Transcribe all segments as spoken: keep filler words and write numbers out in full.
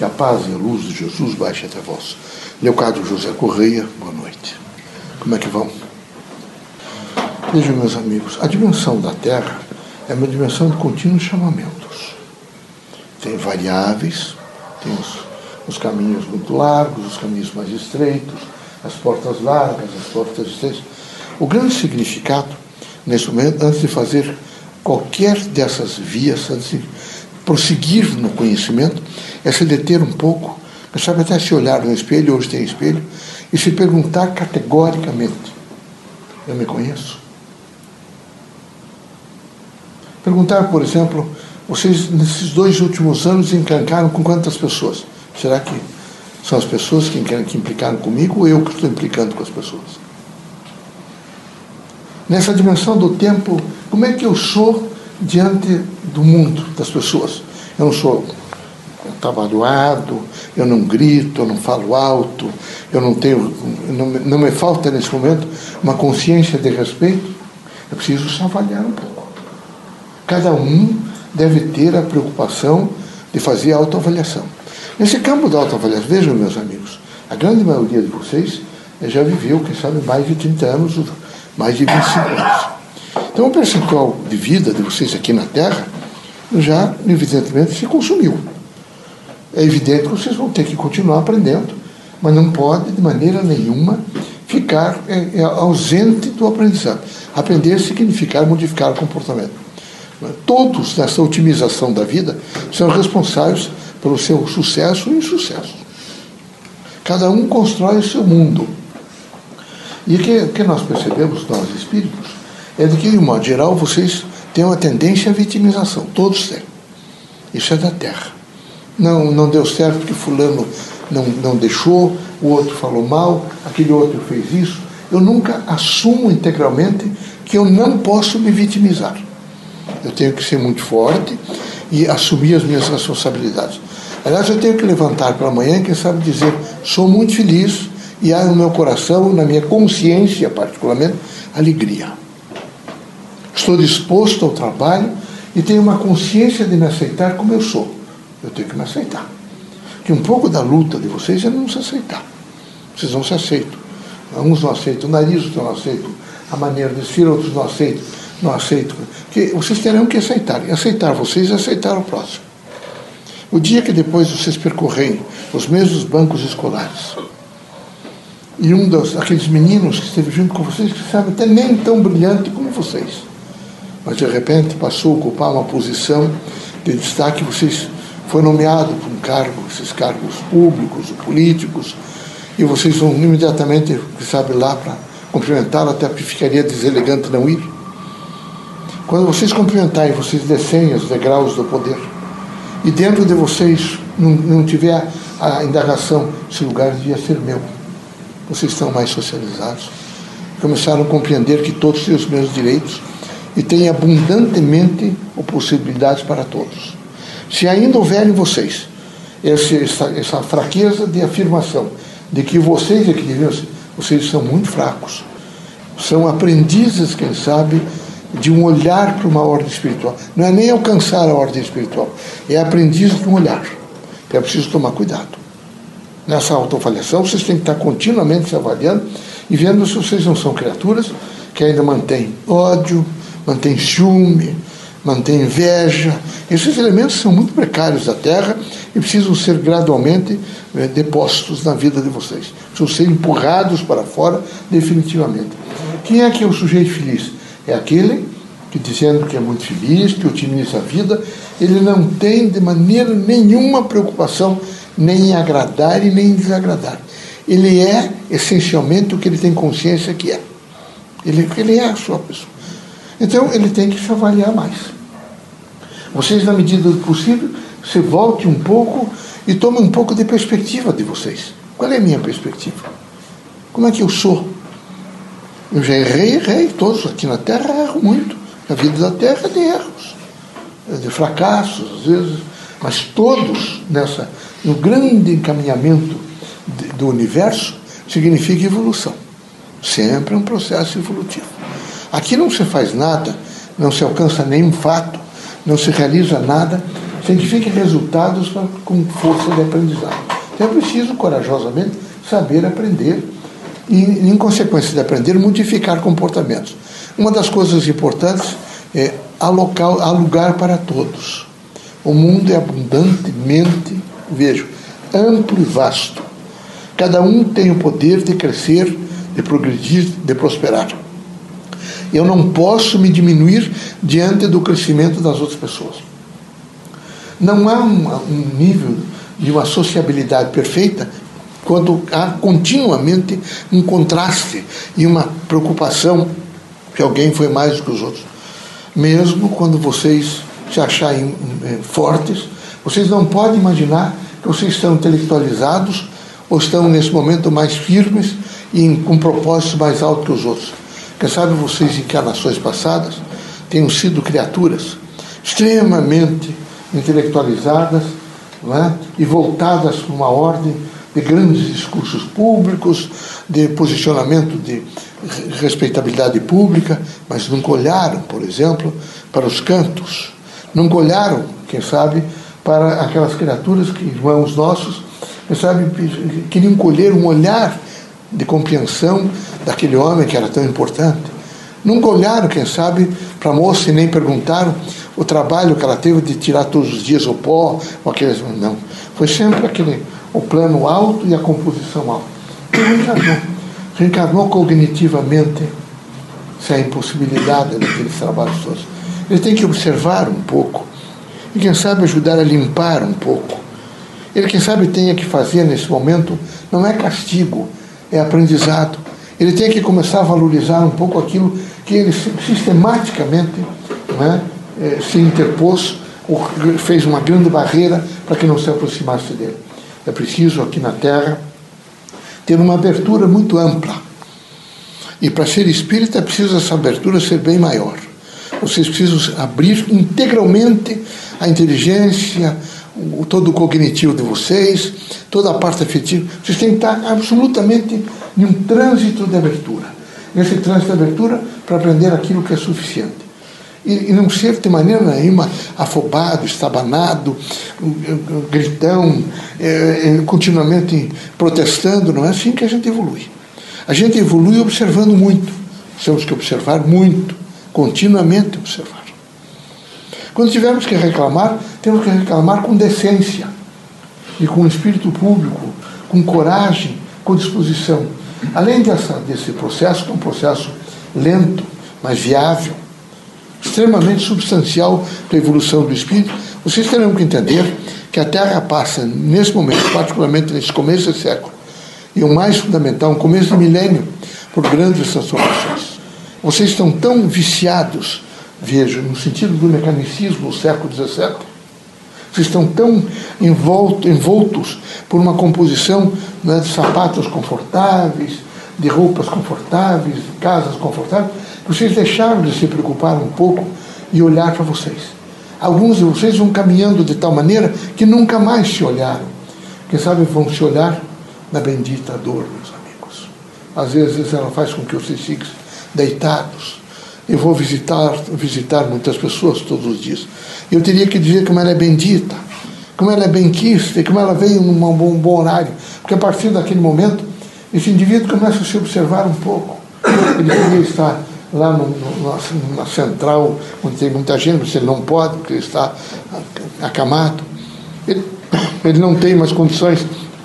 Que a paz e a luz de Jesus baixe até vós. Leocádio José Correia, boa noite. Como é que vão? Vejam, meus amigos, a dimensão da Terra é uma dimensão de contínuos chamamentos. Tem variáveis, tem os, os caminhos muito largos, os caminhos mais estreitos, as portas largas, as portas estreitas. O grande significado, nesse momento, antes de fazer qualquer dessas vias, antes de prosseguir no conhecimento, é se deter um pouco, sabe, até se olhar no espelho, hoje tem espelho, e se perguntar categoricamente: eu me conheço? Perguntar, por exemplo, vocês nesses dois últimos anos encancaram com quantas pessoas? Será que são as pessoas que, que implicaram comigo ou eu que estou implicando com as pessoas? Nessa dimensão do tempo, como é que eu sou diante do mundo, das pessoas? Eu não sou atabalhoado, eu não grito, eu não falo alto, eu não tenho, não, não me falta nesse momento uma consciência de respeito. Eu preciso se avaliar um pouco. Cada um deve ter a preocupação de fazer a autoavaliação. Nesse campo da autoavaliação, vejam, meus amigos, a grande maioria de vocês já viveu, quem sabe, mais de trinta anos, mais de vinte e cinco anos. Então, o percentual de vida de vocês aqui na Terra já, evidentemente, se consumiu. É evidente que vocês vão ter que continuar aprendendo, mas não pode, de maneira nenhuma, ficar é, é, ausente do aprendizado. Aprender significa modificar o comportamento. Todos, nessa otimização da vida, são responsáveis pelo seu sucesso ou insucesso. Cada um constrói o seu mundo. E o que, que nós percebemos, nós espíritos, é de que, de um modo geral, vocês têm uma tendência à vitimização. Todos têm. Isso é da Terra. Não, não deu certo porque fulano não, não deixou, o outro falou mal, aquele outro fez isso. Eu nunca assumo integralmente que eu não posso me vitimizar. Eu tenho que ser muito forte e assumir as minhas responsabilidades. Aliás, eu tenho que levantar pela manhã e, quem sabe, dizer: sou muito feliz e há no meu coração, na minha consciência particularmente, alegria. Estou disposto ao trabalho e tenho uma consciência de me aceitar como eu sou. Eu tenho que me aceitar. Porque um pouco da luta de vocês é não se aceitar. Vocês não se aceitam. Uns não aceitam o nariz, outros não aceitam a maneira de ser, outros não aceitam, não aceitam. Porque vocês terão que aceitar. E aceitar vocês e aceitar o próximo. O dia que depois vocês percorrerem os mesmos bancos escolares e um dos, aqueles meninos que esteve junto com vocês, que sabe até nem tão brilhante como vocês, mas de repente passou a ocupar uma posição de destaque, vocês foi nomeado para um cargo, esses cargos públicos, políticos, e vocês vão imediatamente, que sabe, lá para cumprimentá-lo, até porque ficaria deselegante não ir. Quando vocês cumprimentarem, vocês descem os degraus do poder, e dentro de vocês não, não tiver a indagação, esse lugar devia ser meu. Vocês estão mais socializados, começaram a compreender que todos têm os mesmos direitos e têm abundantemente possibilidades para todos. Se ainda houver em vocês essa, essa, essa fraqueza de afirmação de que vocês é que deviam ser, vocês são muito fracos, são aprendizes, quem sabe, de um olhar para uma ordem espiritual. Não é nem alcançar a ordem espiritual, é aprendiz de um olhar. É preciso tomar cuidado. Nessa autoavaliação, vocês têm que estar continuamente se avaliando e vendo se vocês não são criaturas que ainda mantêm ódio, mantêm ciúme, mantêm inveja. Esses elementos são muito precários da Terra e precisam ser gradualmente eh, depostos na vida de vocês. Precisam ser empurrados para fora definitivamente. Quem é que é o sujeito feliz? É aquele que, dizendo que é muito feliz, que otimiza a vida, ele não tem de maneira nenhuma preocupação nem em agradar e nem em desagradar. Ele é essencialmente o que ele tem consciência que é. Ele, ele é a sua pessoa. Então ele tem que se avaliar mais. Vocês, na medida do possível, se volte um pouco e tome um pouco de perspectiva de vocês. Qual é a minha perspectiva? Como é que eu sou? Eu já errei, errei. Todos aqui na Terra erram muito. A vida da Terra é de erros, é de fracassos, às vezes. Mas todos, nessa, no grande encaminhamento de, do universo, significa evolução. Sempre é um processo evolutivo. Aqui não se faz nada, não se alcança nenhum fato, não se realiza nada Cientifiquem resultados pra, com força de aprendizado. Então é preciso, corajosamente, saber aprender e, em consequência de aprender, modificar comportamentos. Uma das coisas importantes é alocar, alugar para todos. O mundo é abundantemente, vejo, amplo e vasto. Cada um tem o poder de crescer, de progredir, de prosperar. Eu não posso me diminuir diante do crescimento das outras pessoas. Não há uma, um nível de uma sociabilidade perfeita quando há continuamente um contraste e uma preocupação que alguém foi mais do que os outros. Mesmo quando vocês se acharem eh, fortes, vocês não podem imaginar que vocês estão intelectualizados ou estão nesse momento mais firmes e em, com propósitos mais altos que os outros. Quem sabe vocês, em encarnações passadas, tenham sido criaturas extremamente intelectualizadas, não é? E voltadas para uma ordem de grandes discursos públicos, de posicionamento de respeitabilidade pública, mas nunca olharam, por exemplo, para os cantos, nunca olharam, quem sabe, para aquelas criaturas que, irmãos nossos, quem sabe, queriam colher um olhar de compreensão daquele homem que era tão importante. Nunca olharam, quem sabe, para a moça e nem perguntaram o trabalho que ela teve de tirar todos os dias o pó, ou aqueles, não. Foi sempre aquele, o plano alto e a composição alta. Ele reencarnou. Reencarnou cognitivamente, sem a impossibilidade daqueles trabalhos todos. Ele tem que observar um pouco e, quem sabe, ajudar a limpar um pouco. Ele, quem sabe, tenha que fazer nesse momento, não é castigo, é aprendizado. Ele tem que começar a valorizar um pouco aquilo que ele sistematicamente, não é, se interpôs, ou fez uma grande barreira para que não se aproximasse dele. É preciso, aqui na Terra, ter uma abertura muito ampla. E para ser espírita é preciso essa abertura ser bem maior. Vocês precisam abrir integralmente a inteligência, o, todo o cognitivo de vocês, toda a parte afetiva. Vocês têm que estar absolutamente em um trânsito de abertura. Nesse trânsito de abertura, para aprender aquilo que é suficiente. E, e não ser de maneira nenhuma afobado, estabanado, gritão, é, é, continuamente protestando. Não é assim que a gente evolui. A gente evolui observando muito. Temos que observar muito, continuamente observar. Quando tivermos que reclamar, temos que reclamar com decência e com espírito público, com coragem, com disposição. Além dessa, desse processo, que é um processo lento, mas viável, extremamente substancial para a evolução do espírito, vocês terão que entender que a Terra passa, nesse momento, particularmente nesse começo desse século, e o mais fundamental, um começo de milênio, por grandes transformações. Vocês estão tão viciados, vejo, no sentido do mecanicismo do século dezessete, vocês estão tão envolto, envoltos por uma composição, né, de sapatos confortáveis, de roupas confortáveis, de casas confortáveis, que vocês deixaram de se preocupar um pouco e olhar para vocês. Alguns de vocês vão caminhando de tal maneira que nunca mais se olharam. Quem sabe vão se olhar na bendita dor, meus amigos. Às vezes ela faz com que vocês fiquem deitados. Eu vou visitar, visitar muitas pessoas todos os dias. Eu teria que dizer como ela é bendita, como ela é benquista e como ela veio num bom, bom horário. Porque a partir daquele momento, esse indivíduo começa a se observar um pouco. Ele poderia estar lá no, no, na central, onde tem muita gente, mas ele não pode, porque ele está acamado. Ele, ele não tem mais condições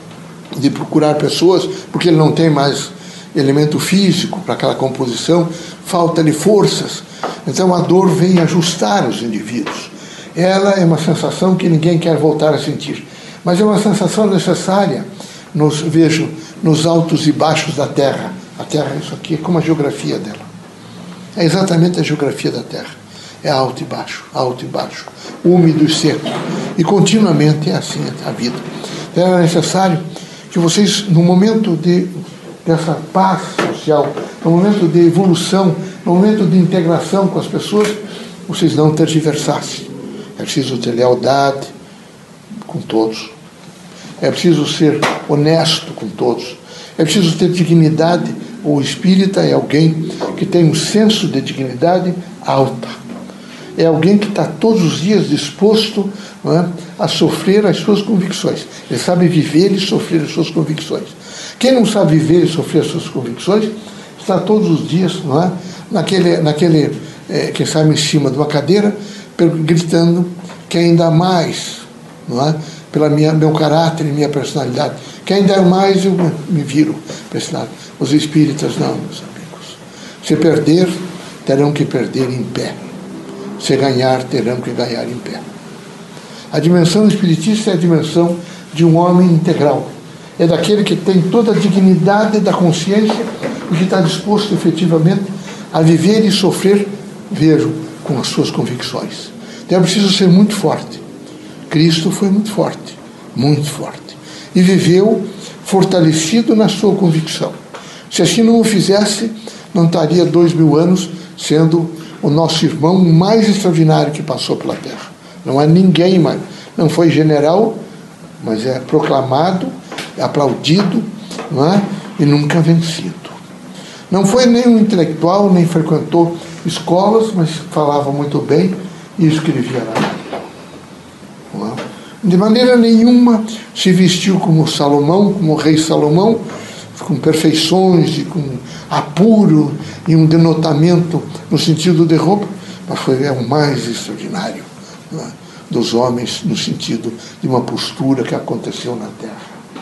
de procurar pessoas, porque ele não tem mais elemento físico para aquela composição, falta-lhe forças. Então a dor vem ajustar os indivíduos. Ela é uma sensação que ninguém quer voltar a sentir, mas é uma sensação necessária, nos, vejo, nos altos e baixos da Terra. A Terra, isso aqui é como a geografia dela. É exatamente a geografia da Terra. É alto e baixo, alto e baixo, úmido e seco. E continuamente é assim a vida. Então é necessário que vocês, no momento de, dessa paz social, no momento de evolução, no momento de integração com as pessoas, vocês não tergiversassem. É preciso ter lealdade com todos. É preciso ser honesto com todos. É preciso ter dignidade. O espírita é alguém que tem um senso de dignidade alta. é alguém que está todos os dias disposto, não é, a sofrer as suas convicções. Ele sabe viver e sofrer as suas convicções. Quem não sabe viver e sofrer as suas convicções está todos os dias, não é, naquele, naquele é, quem sabe em cima de uma cadeira, gritando que ainda mais, não é, pela minha, meu caráter e minha personalidade, que ainda mais eu me viro para esse lado. Os espíritas não, meus amigos. Se perder, terão que perder em pé. Se ganhar, terão que ganhar em pé. A dimensão espiritista é a dimensão de um homem integral. É daquele que tem toda a dignidade da consciência e que está disposto efetivamente a viver e sofrer, vejo, com as suas convicções. Então é preciso ser muito forte. Cristo foi muito forte, muito forte. E viveu fortalecido na sua convicção. Se assim não o fizesse, não estaria dois mil anos sendo o nosso irmão mais extraordinário que passou pela Terra. Não há ninguém mais. Não foi general, mas é proclamado, é aplaudido, não é? E nunca vencido. Não foi nenhum intelectual, nem frequentou escolas, mas falava muito bem e escrevia lá. Não é? De maneira nenhuma se vestiu como Salomão, como o rei Salomão, com perfeições e com apuro e um denotamento no sentido de roupa, mas foi é o mais extraordinário, não é, dos homens no sentido de uma postura que aconteceu na Terra.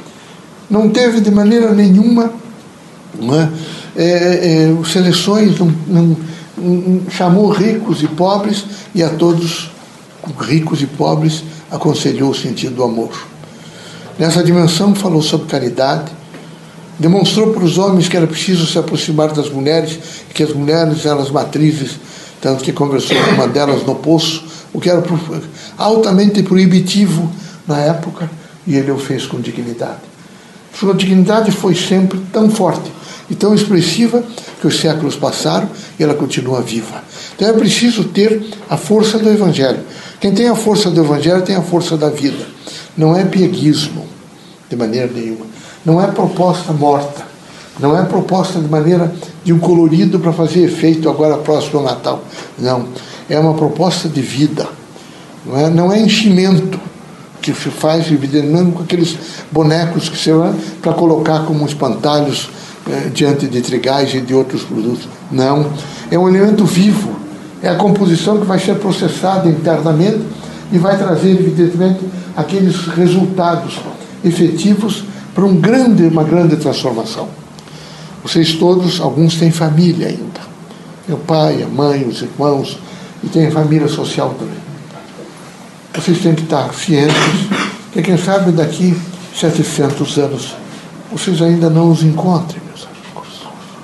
Não teve de maneira nenhuma, não é, é, é, seleções, não, não, não, chamou ricos e pobres e a todos, ricos e pobres, aconselhou o sentido do amor. Nessa dimensão falou sobre caridade, demonstrou para os homens que era preciso se aproximar das mulheres, que as mulheres eram as matrizes, tanto que conversou com uma delas no poço, o que era altamente proibitivo na época, e ele o fez com dignidade. Sua dignidade foi sempre tão forte e tão expressiva que os séculos passaram e ela continua viva. Então é preciso ter a força do Evangelho. Quem tem a força do Evangelho tem a força da vida. Não é pieguismo, de maneira nenhuma. Não é proposta morta. Não é proposta de maneira de um colorido para fazer efeito agora próximo ao Natal. Não. É uma proposta de vida. Não é, não é enchimento que se faz, evidentemente, com aqueles bonecos que se vai para colocar como espantalhos eh, diante de trigais e de outros produtos. Não. É um elemento vivo. É a composição que vai ser processada internamente e vai trazer, evidentemente, aqueles resultados efetivos para um grande, uma grande transformação. Vocês todos, alguns têm família ainda. Meu pai, a mãe, os irmãos, e tem família social também. Vocês têm que estar cientes que, quem sabe, daqui setecentos anos, vocês ainda não os encontrem, meus amigos.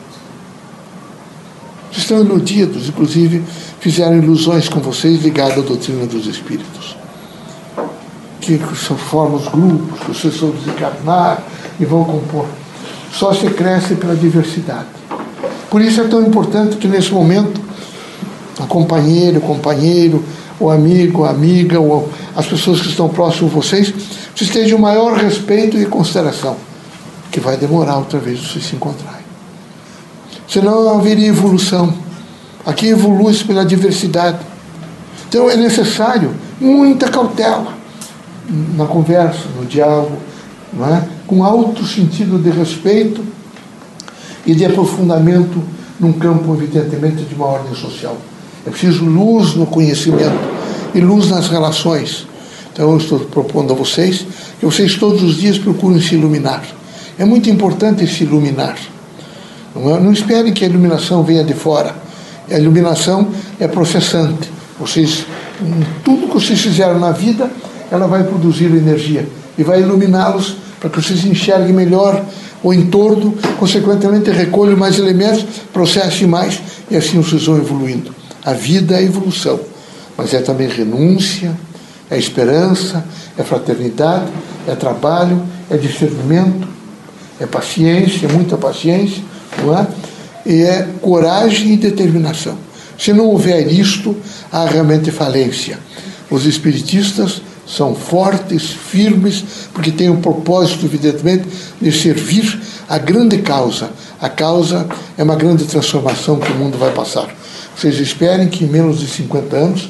Vocês estão iludidos, inclusive fizeram ilusões com vocês ligadas à doutrina dos espíritos. Que formam os grupos, que vocês vão desencarnar e vão compor. Só se cresce pela diversidade. Por isso é tão importante que nesse momento a companheira, o companheiro, o amigo, a amiga, ou as pessoas que estão próximas de vocês, vocês tenham o maior respeito e consideração, que vai demorar outra vez vocês se encontrarem. Senão não haveria evolução. Aqui evolui-se pela diversidade. Então é necessário muita cautela na conversa, no diálogo, não é? Com alto sentido de respeito e de aprofundamento num campo, evidentemente, de uma ordem social. É preciso luz no conhecimento e luz nas relações. Então eu estou propondo a vocês que vocês todos os dias procurem se iluminar. É muito importante se iluminar. Não, é? Não esperem que a iluminação venha de fora. A iluminação é processante. Vocês, tudo que vocês fizeram na vida, ela vai produzir energia e vai iluminá-los para que vocês enxerguem melhor o entorno, consequentemente recolham mais elementos, processem mais e assim vocês vão evoluindo. A vida é evolução, mas é também renúncia, é esperança, é fraternidade, é trabalho, é discernimento, é paciência, muita paciência, não é? E é coragem e determinação. Se não houver isto, há realmente falência. Os espiritistas são fortes, firmes, porque têm o propósito, evidentemente, de servir a grande causa. A causa é uma grande transformação que o mundo vai passar. Vocês esperem que em menos de cinquenta anos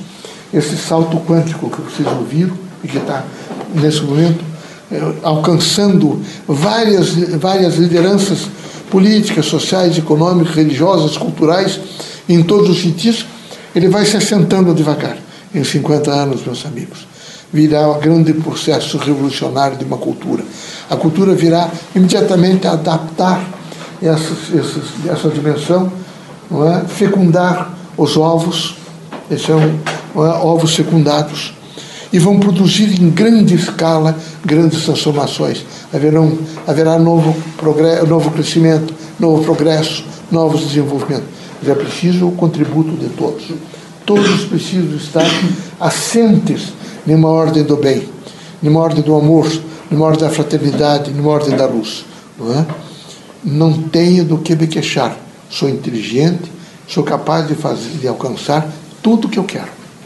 esse salto quântico que vocês ouviram e que está, nesse momento, é, alcançando várias, várias lideranças políticas, sociais, econômicas, religiosas, culturais, em todos os sentidos, ele vai se assentando devagar. Em cinquenta anos, meus amigos, virá um grande processo revolucionário de uma cultura. A cultura virá imediatamente a adaptar essa, essa, essa dimensão, não é? Fecundar os ovos, são não é? ovos fecundados, e vão produzir em grande escala grandes transformações. Haverão, haverá novo, progresso, novo crescimento, novo progresso, novos desenvolvimentos. Mas é preciso o contributo de todos. Todos precisam estar assentes numa ordem do bem, numa ordem do amor, numa ordem da fraternidade, numa ordem da luz. Não é? Não tenho do que me queixar. Sou inteligente, sou capaz de fazer, de alcançar tudo o que eu quero.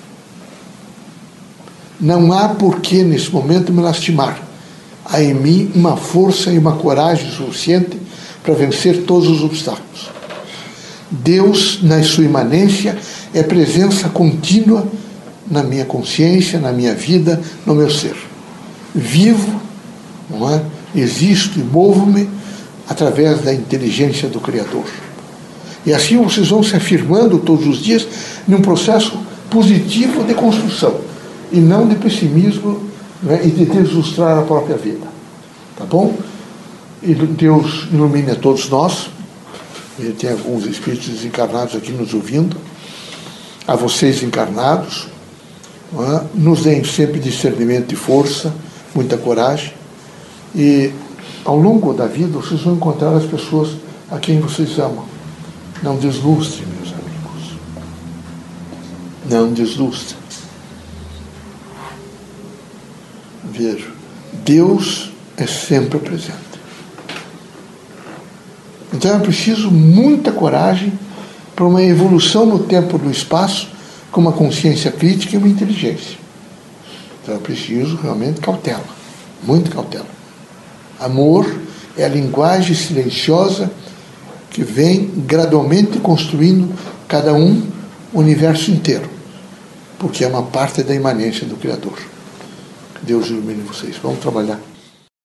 Não há por que, nesse momento, me lastimar. Há em mim uma força e uma coragem suficiente para vencer todos os obstáculos. Deus, na sua imanência, é presença contínua na minha consciência, na minha vida, no meu ser. Vivo, não é? Existo e movo-me através da inteligência do Criador. E assim vocês vão se afirmando todos os dias num processo positivo de construção, e não de pessimismo, né, e de deslustrar a própria vida. Tá bom? E Deus ilumine a todos nós. Ele tem alguns espíritos desencarnados aqui nos ouvindo. A vocês encarnados, não é? Nos deem sempre discernimento e força, muita coragem. E ao longo da vida vocês vão encontrar as pessoas a quem vocês amam. Não deslustre, meus amigos. Não deslustre. Veja, Deus é sempre presente. Então é preciso muita coragem para uma evolução no tempo e no espaço, com uma consciência crítica e uma inteligência. Então é preciso realmente cautela, muita cautela. Amor é a linguagem silenciosa que vem gradualmente construindo cada um o universo inteiro, porque é uma parte da imanência do Criador. Que Deus ilumine vocês. Vamos trabalhar.